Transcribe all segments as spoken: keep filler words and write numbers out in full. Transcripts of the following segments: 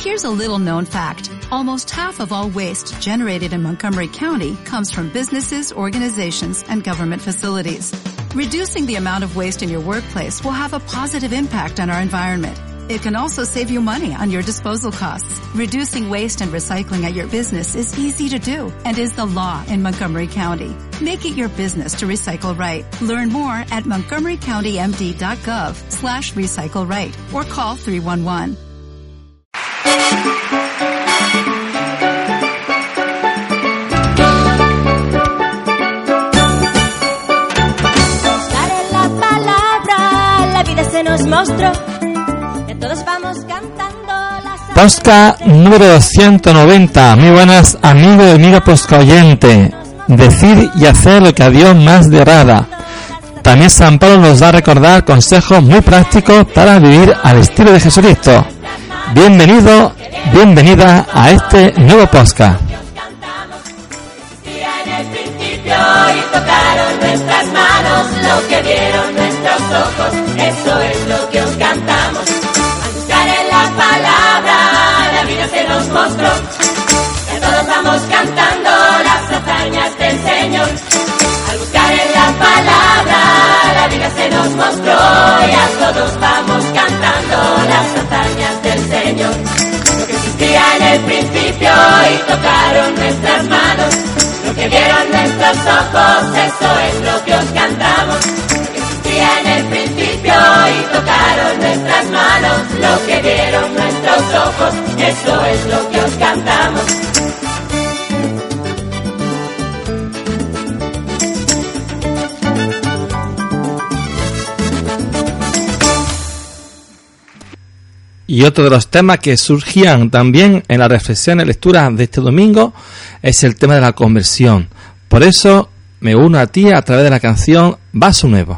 Here's a little known fact. Almost half of all waste generated in Montgomery County comes from businesses, organizations, and government facilities. Reducing the amount of waste in your workplace will have a positive impact on our environment. It can also save you money on your disposal costs. Reducing waste and recycling at your business is easy to do and is the law in Montgomery County. Make it your business to recycle right. Learn more at montgomery county m d dot gov slash recycle right or call three one one. La palabra, la vida se nos mostró. Todos vamos cantando la Posca número doscientos noventa. Muy buenas, amigos y amigas posca oyente. Decir y hacer lo que a Dios más le agrada. También San Pablo nos da a recordar consejos muy prácticos para vivir al estilo de Jesucristo. Bienvenido, bienvenida a este nuevo posca. y tocaron nuestras manos, lo que vieron nuestros ojos, eso es lo que os cantamos. Al buscar en la palabra, la vida se nos mostró, y a todos vamos cantando las hazañas del Señor. Al buscar en la palabra, la vida se nos mostró, y a todos vamos cantando las hazañas del Señor. Lo que existía en el principio y tocaron nuestras manos, lo que vieron nuestros ojos, eso es lo que os cantamos. Lo que existía en el principio y tocaron nuestras manos, lo que vieron nuestros ojos, eso es lo que os cantamos. Y otro de los temas que surgían también en la reflexión y lectura de este domingo es el tema de la conversión. Por eso me uno a ti a través de la canción Vaso Nuevo.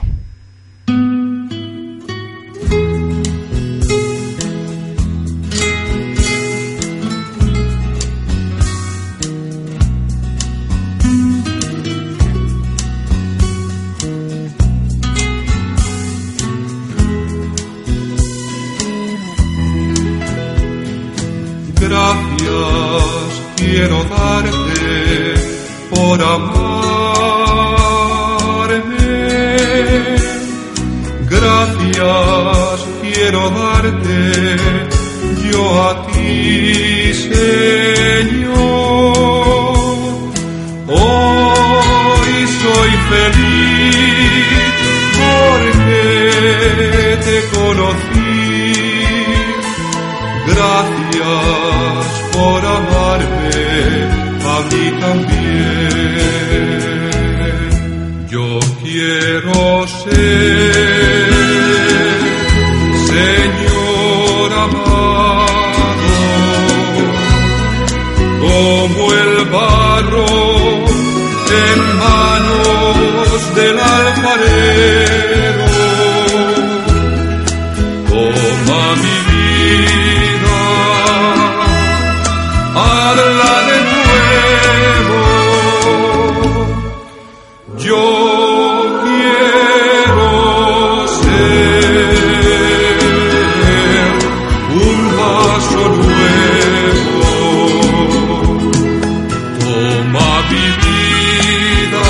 Gracias quiero darte por amarme. Gracias quiero darte yo a ti, Señor. Hoy soy feliz porque te conocí. Gracias por amarme a mí también. Yo quiero ser, Señor amado, como el barro en manos del alfarero. Toma mi vida, hazla de nuevo. Yo quiero ser un vaso nuevo. Toma mi vida,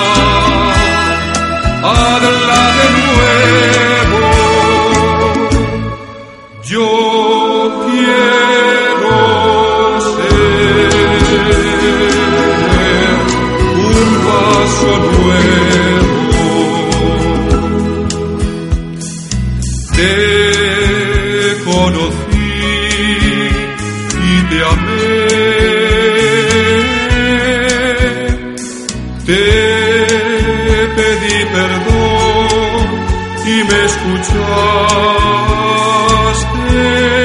hazla de nuevo. Yo quiero un vaso nuevo. Te conocí y te amé. Te pedí perdón y me escuchaste.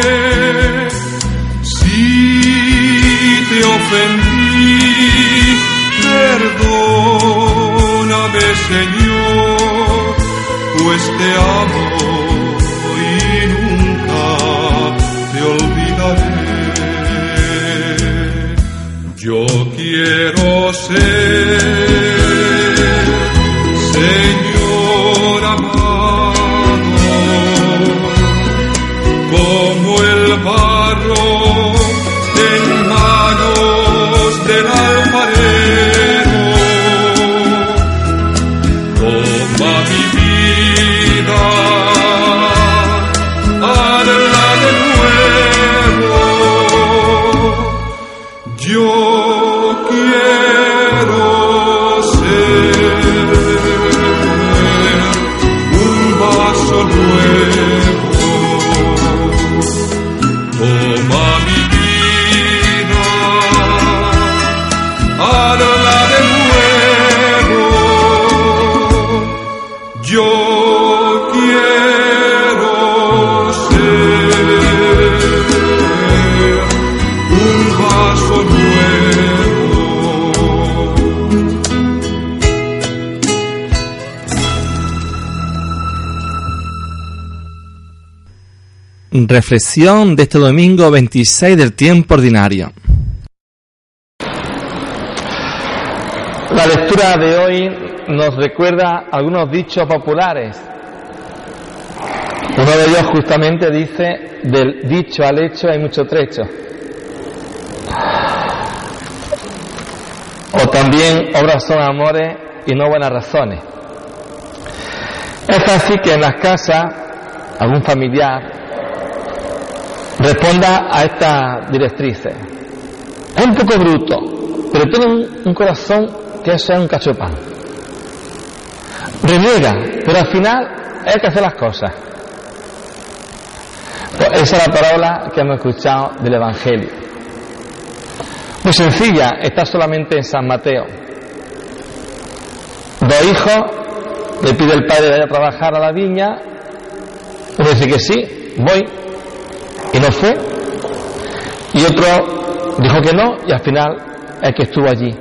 Si te ofendí, perdóname, Señor, pues te amo y nunca te olvidaré. Yo quiero ser, Señor amado, como el barro reflexión de este domingo veintiséis del tiempo ordinario. La lectura de hoy nos recuerda algunos dichos populares. Uno de ellos justamente dice: del dicho al hecho hay mucho trecho. O también: obras son amores y no buenas razones. Es así que en las casas algún familiar responda a estas directrices. Es un poco bruto, pero tiene un, un corazón que es un cachopán. Reniega, pero al final hay que hacer las cosas. Pues esa es la parábola que hemos escuchado del Evangelio. Muy sencilla, está solamente en San Mateo. Dos hijos, le pide el padre que vaya a trabajar a la viña. Uno dice que sí, voy, y no fue. Y otro dijo que no, y al final el que estuvo allí.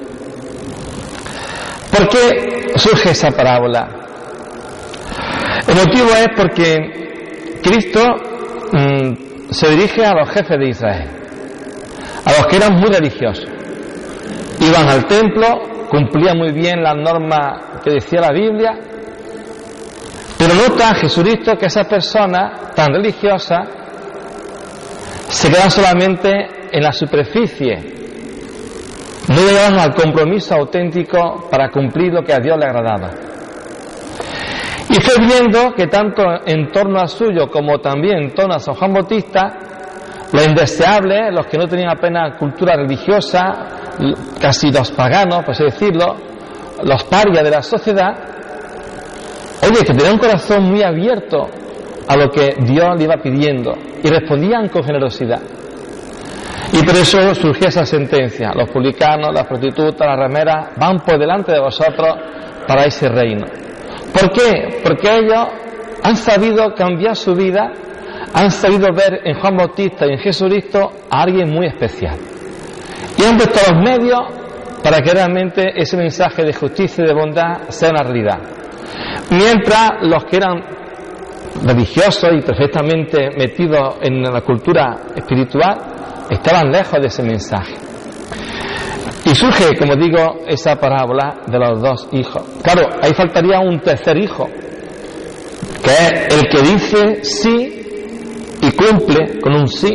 ¿Por qué surge esa parábola? El motivo es porque Cristo mmm, se dirige a los jefes de Israel, a los que eran muy religiosos. Iban al templo, cumplían muy bien las normas que decía la Biblia, pero nota Jesucristo que esas personas tan religiosas se quedan solamente en la superficie, no llegaban al compromiso auténtico para cumplir lo que a Dios le agradaba. Y fue viendo que tanto en torno a suyo como también en torno a San Juan Bautista, los indeseables, los que no tenían apenas cultura religiosa, casi los paganos, por así decirlo, los parias de la sociedad, oye, que tenían un corazón muy abierto a lo que Dios le iba pidiendo y respondían con generosidad. Y por eso surgía esa sentencia: los publicanos, las prostitutas, las rameras van por delante de vosotros para ese reino. ¿Por qué? Porque ellos han sabido cambiar su vida, han sabido ver en Juan Bautista y en Jesucristo a alguien muy especial. Y han puesto los medios para que realmente ese mensaje de justicia y de bondad sea una realidad. Mientras los que eran religiosos y perfectamente metidos en la cultura espiritual estaban lejos de ese mensaje. Y surge, como digo, esa parábola de los dos hijos. Claro, ahí faltaría un tercer hijo, que es el que dice sí y cumple con un sí.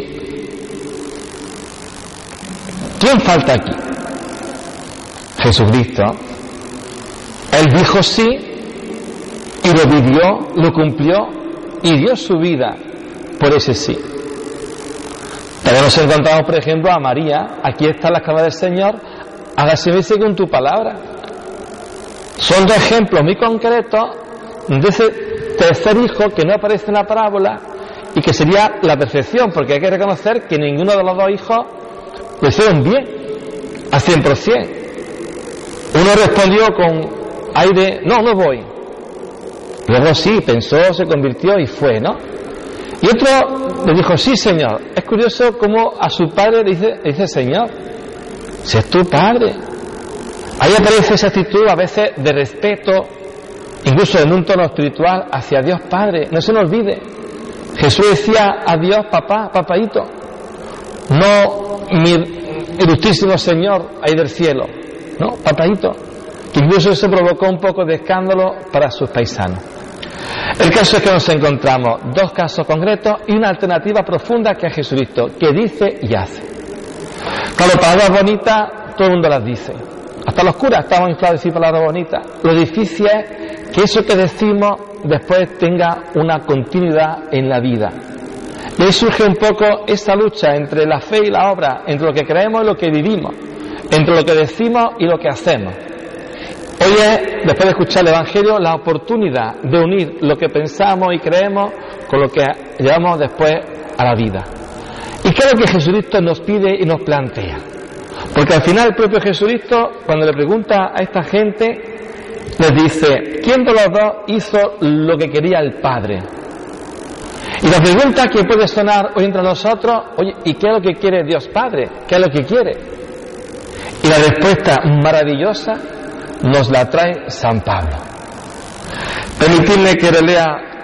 ¿Quién falta aquí? Jesucristo. Él dijo sí y lo vivió, lo cumplió y dio su vida por ese sí. También nos encontramos, por ejemplo, a María: aquí está la esclava del Señor, hágaseme según tu palabra. Son dos ejemplos muy concretos de ese tercer hijo que no aparece en la parábola y que sería la perfección, porque hay que reconocer que ninguno de los dos hijos lo hicieron bien, al cien por ciento. Uno respondió con aire: no, no voy. Luego sí, pensó, se convirtió y fue, ¿no? Y otro le dijo: sí, Señor. Es curioso cómo a su padre le dice, le dice Señor, si es tu padre. Ahí aparece esa actitud a veces de respeto, incluso en un tono espiritual, hacia Dios Padre. No se nos olvide, Jesús decía a Dios papá, papaíto, no mi ilustrísimo Señor ahí del cielo, no, papaíto, que incluso eso provocó un poco de escándalo para sus paisanos. El caso es que nos encontramos dos casos concretos y una alternativa profunda que es Jesucristo, que dice y hace. Claro, palabras bonitas todo el mundo las dice, hasta los curas estamos inflados de decir palabras bonitas. Lo difícil es que eso que decimos después tenga una continuidad en la vida. Y ahí surge un poco esa lucha entre la fe y la obra, entre lo que creemos y lo que vivimos, entre lo que decimos y lo que hacemos. Hoy es, después de escuchar el Evangelio, la oportunidad de unir lo que pensamos y creemos con lo que llevamos después a la vida. Y qué es lo que Jesucristo nos pide y nos plantea. Porque al final el propio Jesucristo, cuando le pregunta a esta gente, les dice: ¿quién de los dos hizo lo que quería el Padre? Y la pregunta que puede sonar hoy entre nosotros: oye, ¿y qué es lo que quiere Dios Padre? ¿Qué es lo que quiere? Y la respuesta maravillosa nos la trae San Pablo. Permitidme que le lea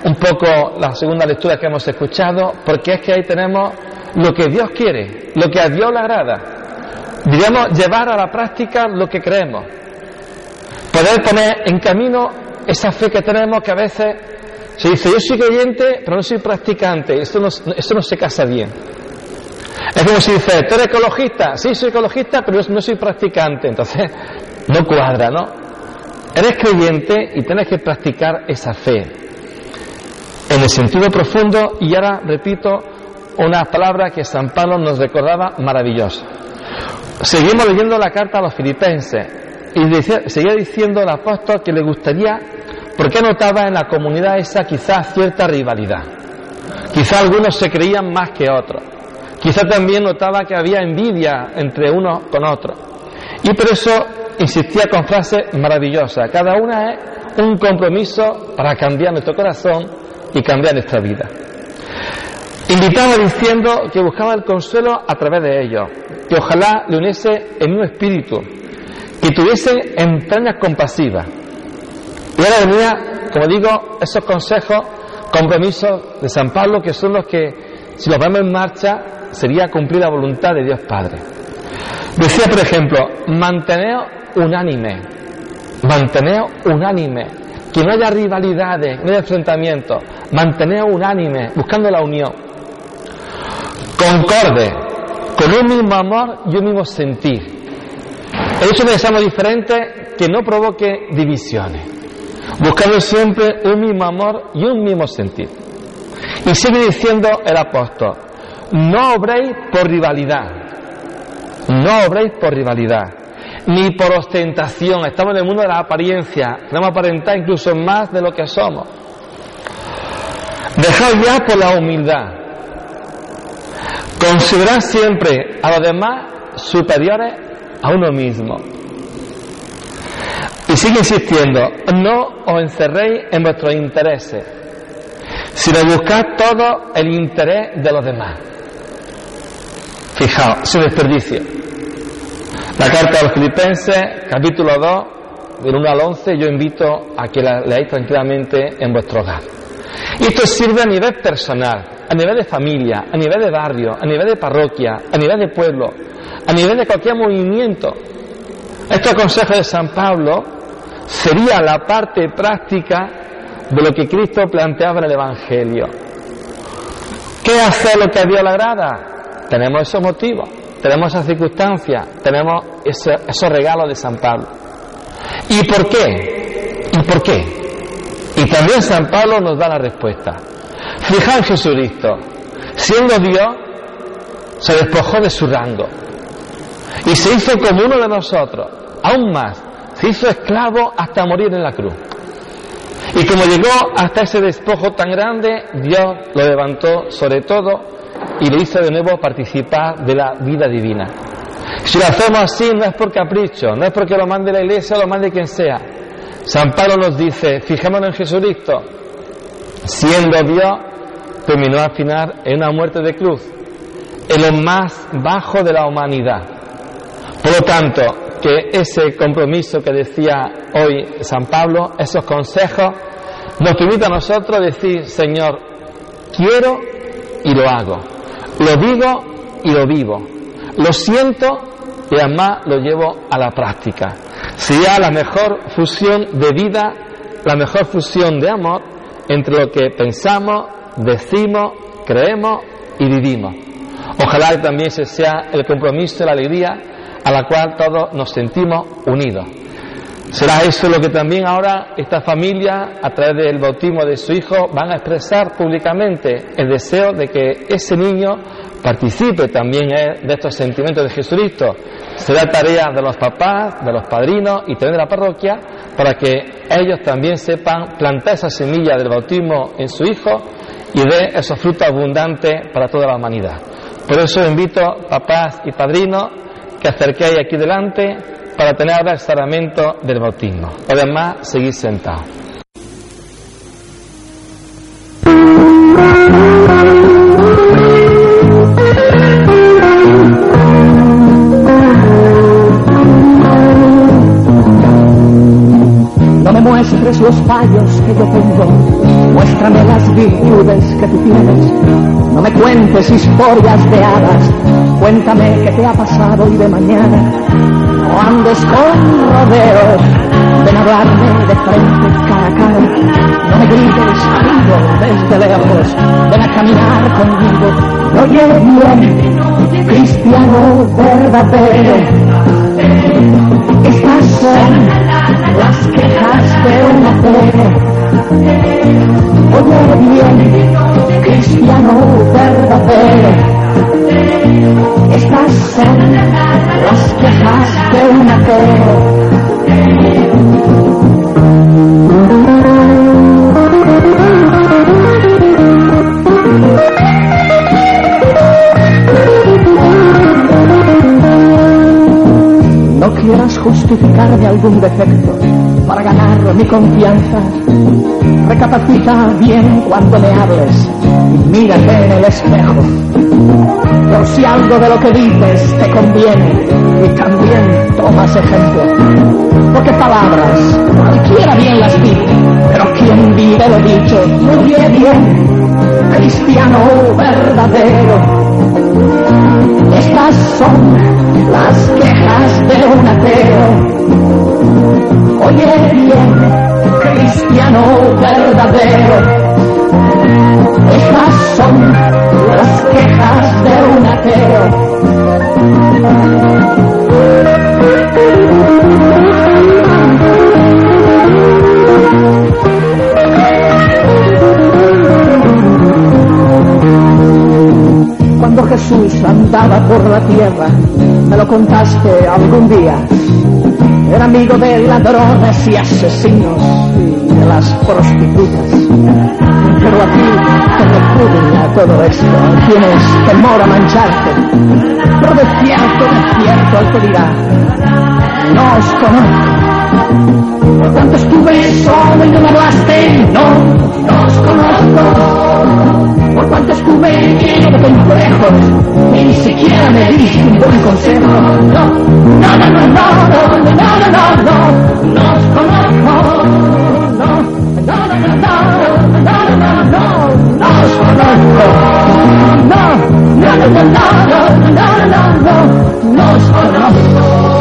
un poco la segunda lectura que hemos escuchado, porque es que ahí tenemos lo que Dios quiere, lo que a Dios le agrada. Digamos, llevar a la práctica lo que creemos. Poder poner en camino esa fe que tenemos, que a veces se dice, yo soy creyente, pero no soy practicante. Esto no, esto no se casa bien. Es como si dice, ¿tú eres ecologista? Sí, soy ecologista, pero no soy practicante. Entonces, no cuadra, ¿no? Eres creyente y tienes que practicar esa fe en el sentido profundo. Y ahora repito una palabra que San Pablo nos recordaba maravillosa. Seguimos leyendo la carta a los filipenses y decía, seguía diciendo el apóstol que le gustaría, porque notaba en la comunidad esa quizás cierta rivalidad. Quizás algunos se creían más que otros. Quizás también notaba que había envidia entre unos con otros. Y por eso insistía con frases maravillosas. Cada una es un compromiso para cambiar nuestro corazón y cambiar nuestra vida. Invitaba diciendo que buscaba el consuelo a través de ellos, que ojalá le uniese el mismo espíritu, que tuviese entrañas compasivas. Y ahora venía, como digo, esos consejos, compromisos de San Pablo, que son los que, si los ponemos en marcha, sería cumplir la voluntad de Dios Padre. Decía, por ejemplo, manteneos unánime, manteneos unánime, que no haya rivalidades, no haya enfrentamientos, manteneos unánime, buscando la unión, concorde, con un mismo amor y un mismo sentir. El hecho de que seamos diferentes, que no provoque divisiones, buscando siempre un mismo amor y un mismo sentir. Y sigue diciendo el apóstol, no obréis por rivalidad, no obréis por rivalidad, ni por ostentación. Estamos en el mundo de la apariencia, queremos aparentar incluso más de lo que somos. Dejad ya por la humildad, considerad siempre a los demás superiores a uno mismo. Y sigue insistiendo, no os encerréis en vuestros intereses, sino buscad todo el interés de los demás. Fijaos, su desperdicio. La carta a los Filipenses, capítulo dos, del uno al once, yo invito a que la leáis tranquilamente en vuestro hogar. Y esto sirve a nivel personal, a nivel de familia, a nivel de barrio, a nivel de parroquia, a nivel de pueblo, a nivel de cualquier movimiento. Estos consejos de San Pablo sería la parte práctica de lo que Cristo planteaba en el Evangelio. ¿Qué hacer lo que a Dios le agrada? Tenemos esos motivos, tenemos esas circunstancias, tenemos ese, esos regalos de San Pablo. ¿Y por qué? ¿Y por qué? Y también San Pablo nos da la respuesta. Fijaos en Jesucristo, siendo Dios, se despojó de su rango y se hizo como uno de nosotros, aún más, se hizo esclavo hasta morir en la cruz. Y como llegó hasta ese despojo tan grande, Dios lo levantó sobre todo y le hizo de nuevo participar de la vida divina. Si lo hacemos así, no es por capricho, no es porque lo mande la iglesia o lo mande quien sea. San Pablo nos dice, fijémonos en Jesucristo, siendo Dios, terminó al final en una muerte de cruz, en lo más bajo de la humanidad. Por lo tanto, que ese compromiso que decía hoy San Pablo, esos consejos, nos permite a nosotros decir, Señor, quiero y lo hago, lo digo y lo vivo, lo siento y además lo llevo a la práctica. Sería la mejor fusión de vida, la mejor fusión de amor entre lo que pensamos, decimos, creemos y vivimos. Ojalá también ese sea el compromiso y la alegría a la cual todos nos sentimos unidos. Será eso lo que también ahora esta familia, a través del bautismo de su hijo, van a expresar públicamente el deseo de que ese niño participe también de estos sentimientos de Jesucristo. Será tarea de los papás, de los padrinos y también de la parroquia, para que ellos también sepan plantar esa semilla del bautismo en su hijo y dé esos frutos abundantes para toda la humanidad. Por eso invito, papás y padrinos, que acerquéis aquí delante para tener ahora el sacramento del bautismo. Además, seguid sentados. No me muestres los fallos que yo tengo, Muéstrame las virtudes que tú tienes, no me cuentes historias de hadas, cuéntame qué te ha pasado hoy de mañana. No andes con rodeos, ven a hablarme de frente, cara a cara. No me grites, amigo, desde lejos, ven a caminar conmigo. Oye bien, cristiano verdadero, estas son las quejas de un ateo. Oye bien, cristiano verdadero, estas son las quejas de un ateo. No quieras justificarme algún defecto para ganar mi confianza. Recapacita bien cuando me hables y mírate en el espejo. Por si algo de lo que dices te conviene y también tomas ejemplo. Porque palabras cualquiera bien las dice, pero quien vive lo dicho, oye bien, cristiano verdadero. Estas son las quejas de un ateo. Oye bien, cristiano verdadero. Estas son las quejas de un ateo. Cuando Jesús andaba por la tierra, me lo contaste algún día. Era amigo de ladrones y asesinos y de las prostitutas. Pero a ti te repudia todo esto, tienes temor a mancharte. Pero de cierto, de cierto, él te dirá, no os conozco. Por tanto estuve solo y no me hablaste, no, no os conozco. Por cuanto estuve lleno de complejos, ni siquiera me diste un buen consejo. No, no, no, no, no, no, no, no, no, no, no os conozco. No, no, no, no, no, no, no, no, no, no os conozco. No, no, no, no, no, no, no, no, no, no os conozco.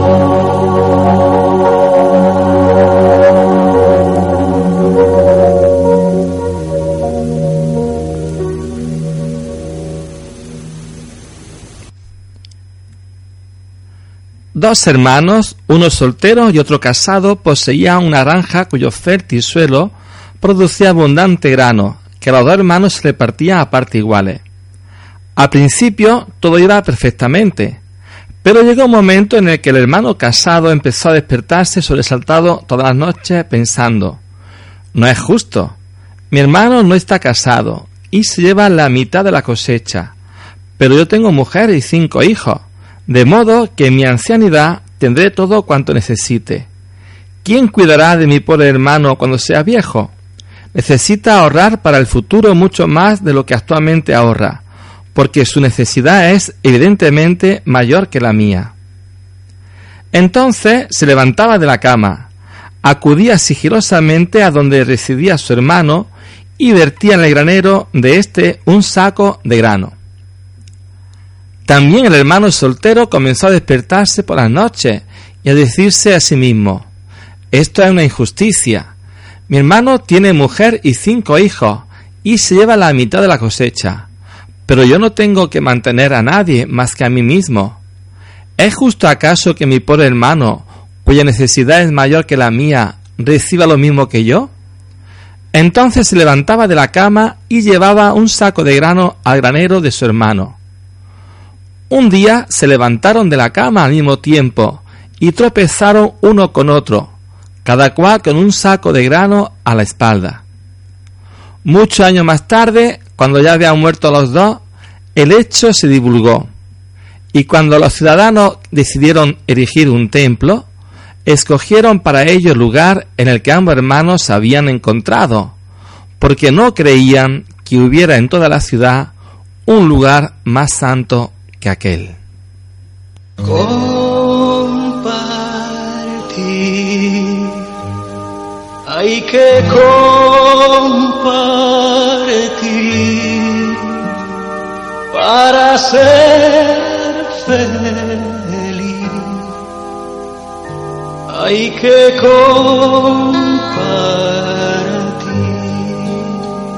Dos hermanos, uno soltero y otro casado, poseían una granja cuyo fértil suelo producía abundante grano, que a los dos hermanos se repartía a partes iguales. Al principio todo iba perfectamente, pero llegó un momento en el que el hermano casado empezó a despertarse sobresaltado todas las noches pensando: no es justo, mi hermano no está casado y se lleva la mitad de la cosecha, pero yo tengo mujer y cinco hijos, de modo que en mi ancianidad tendré todo cuanto necesite. ¿Quién cuidará de mi pobre hermano cuando sea viejo? Necesita ahorrar para el futuro mucho más de lo que actualmente ahorra, porque su necesidad es evidentemente mayor que la mía. Entonces se levantaba de la cama, acudía sigilosamente a donde residía su hermano y vertía en el granero de éste un saco de grano. También el hermano soltero comenzó a despertarse por las noches y a decirse a sí mismo: esto es una injusticia. Mi hermano tiene mujer y cinco hijos y se lleva la mitad de la cosecha, pero yo no tengo que mantener a nadie más que a mí mismo. ¿Es justo acaso que mi pobre hermano, cuya necesidad es mayor que la mía, reciba lo mismo que yo? Entonces se levantaba de la cama y llevaba un saco de grano al granero de su hermano. Un día se levantaron de la cama al mismo tiempo y tropezaron uno con otro, cada cual con un saco de grano a la espalda. Muchos años más tarde, cuando ya habían muerto los dos, el hecho se divulgó, y cuando los ciudadanos decidieron erigir un templo, escogieron para ello el lugar en el que ambos hermanos se habían encontrado, porque no creían que hubiera en toda la ciudad un lugar más santo que aquel. Compartir hay que compartir para ser feliz, hay que compartir,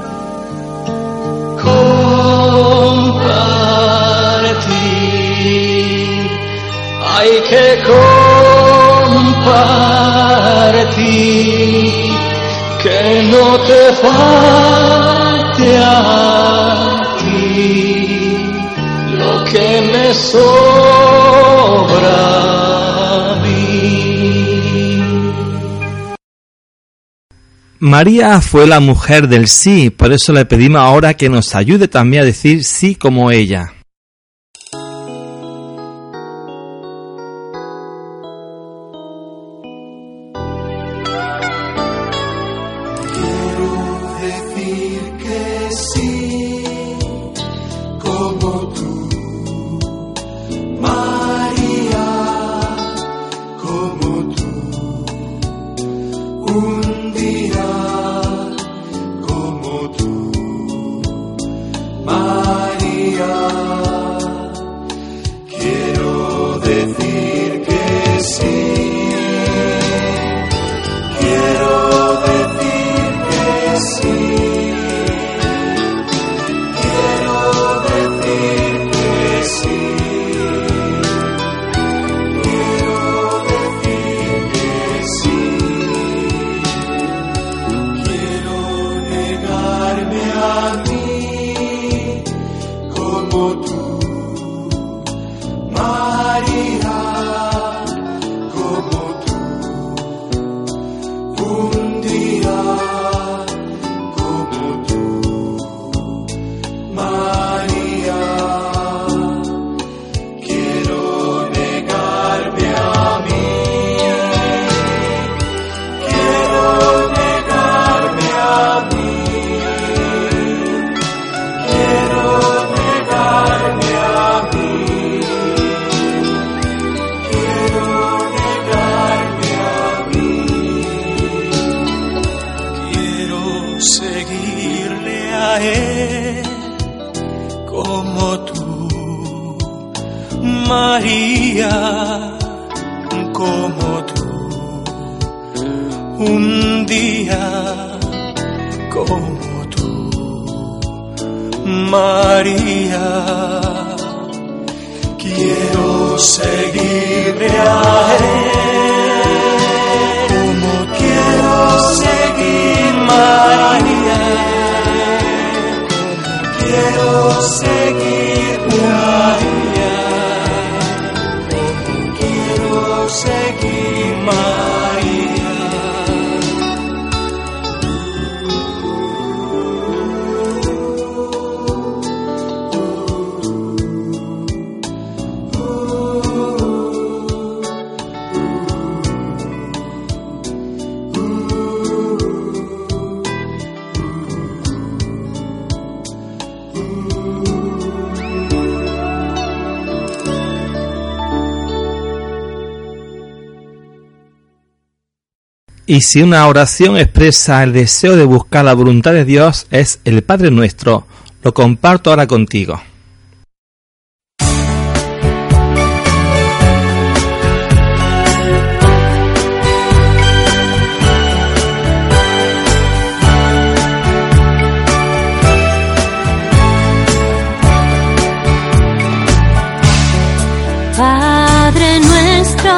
compartir, hay que compartir, que no te falte a ti lo que me sobra a mí. María fue la mujer del sí, por eso le pedimos ahora que nos ayude también a decir sí como ella. María, como tú, un día como tú, María, quiero seguirle a él, como quiero seguir María, quiero seguir María. Seguir María. Y si una oración expresa el deseo de buscar la voluntad de Dios, es el Padre Nuestro. Lo comparto ahora contigo. Padre nuestro,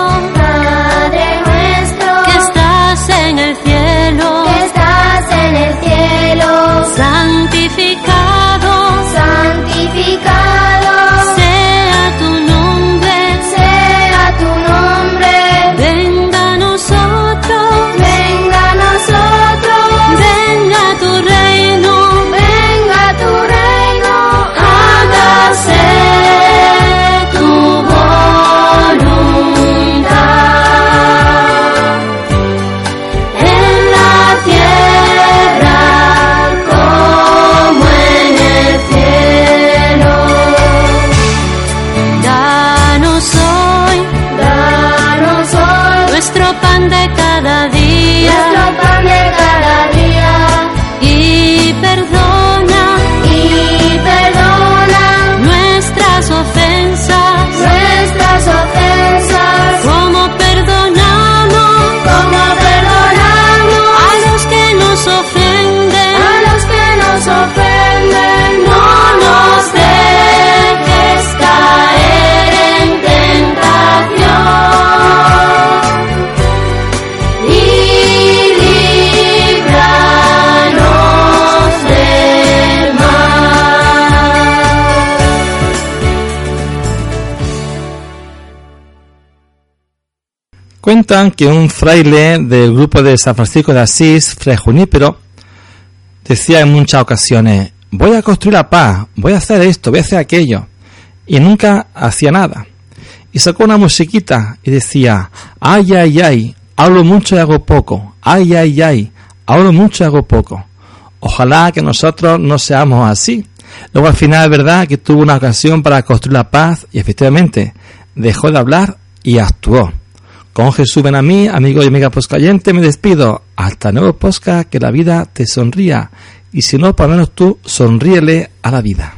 en el cielo, que estás en el cielo, santificado, santificado, sea tu nombre, sea tu nombre, venga a nosotros, venga a nosotros, venga tu reino, venga tu reino, hágase tu pan de cada día, nuestro pan de Cuentan que un fraile del grupo de San Francisco de Asís, Fray Junípero, decía en muchas ocasiones: voy a construir la paz, voy a hacer esto, voy a hacer aquello, y nunca hacía nada. Y sacó una musiquita y decía: ay, ay, ay, hablo mucho y hago poco, ay, ay, ay, hablo mucho y hago poco. Ojalá que nosotros no seamos así. Luego al final es verdad que tuvo una ocasión para construir la paz y efectivamente dejó de hablar y actuó. Con Jesús ven a mí, amigo y amiga poscayente, me despido. Hasta nuevo posca, que la vida te sonría. Y si no, por lo menos tú sonríele a la vida.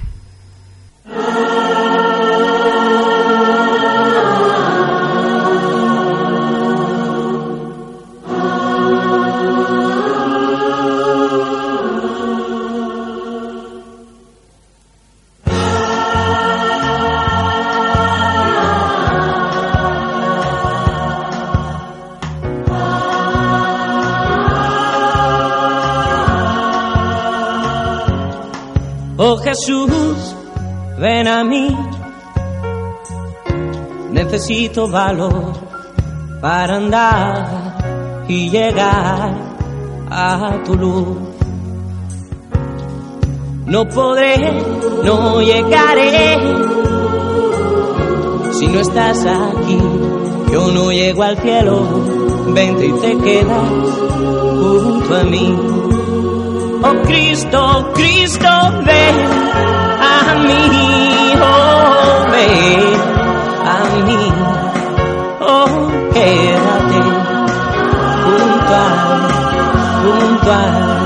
Oh Jesús, ven a mí, necesito valor para andar y llegar a tu luz. No podré, no llegaré, si no estás aquí, yo no llego al cielo, vente y te quedas junto a mí. Oh Cristo, Cristo, ven a mí, oh ven a mí, oh quédate junto a, junto a.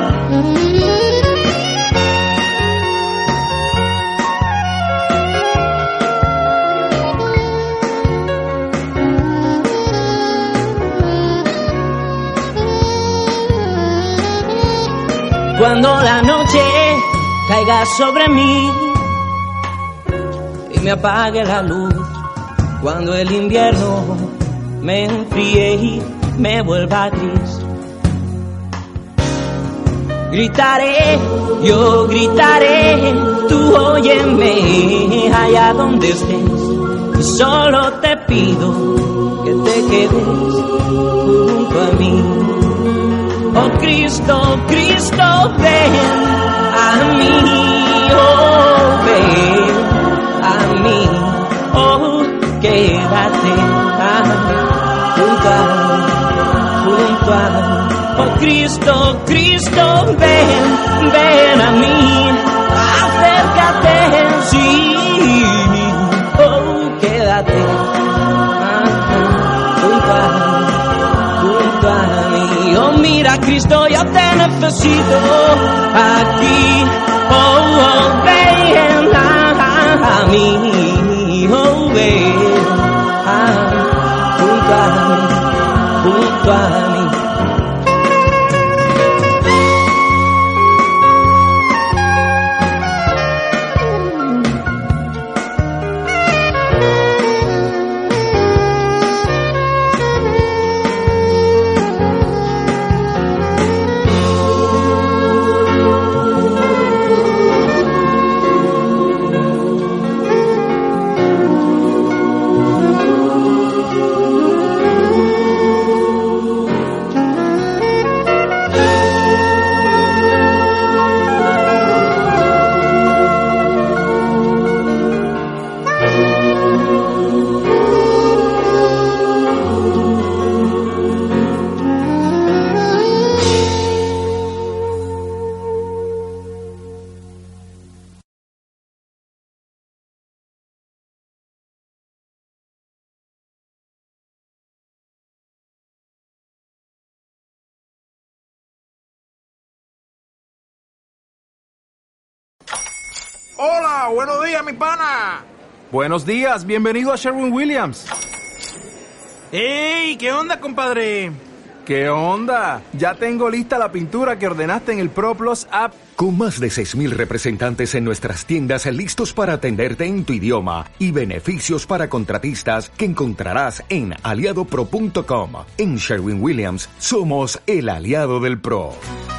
Cuando la noche caiga sobre mí y me apague la luz, cuando el invierno me enfríe y me vuelva gris, gritaré, yo gritaré, tú óyeme allá donde estés, y solo te pido que te quedes junto a mí. Oh Cristo, Cristo, ven a mí, oh ven a mí, oh quédate ah, junto a, junto a. Oh Cristo, Cristo, ven, ven a mí, acércate, sí, oh quédate ah, junto a, junto a mí. Oh mira Cristo, yo te necesito aquí, oh, oh ven a, a mí, oh ven a, junto a, junto a mí. Hola, buenos días, mi pana. Buenos días, bienvenido a Sherwin-Williams. ¡Ey! ¿Qué onda, compadre? ¿Qué onda? Ya tengo lista la pintura que ordenaste en el ProPlus app. Con más de seis mil representantes en nuestras tiendas listos para atenderte en tu idioma y beneficios para contratistas que encontrarás en aliado pro punto com. En Sherwin-Williams somos el aliado del pro.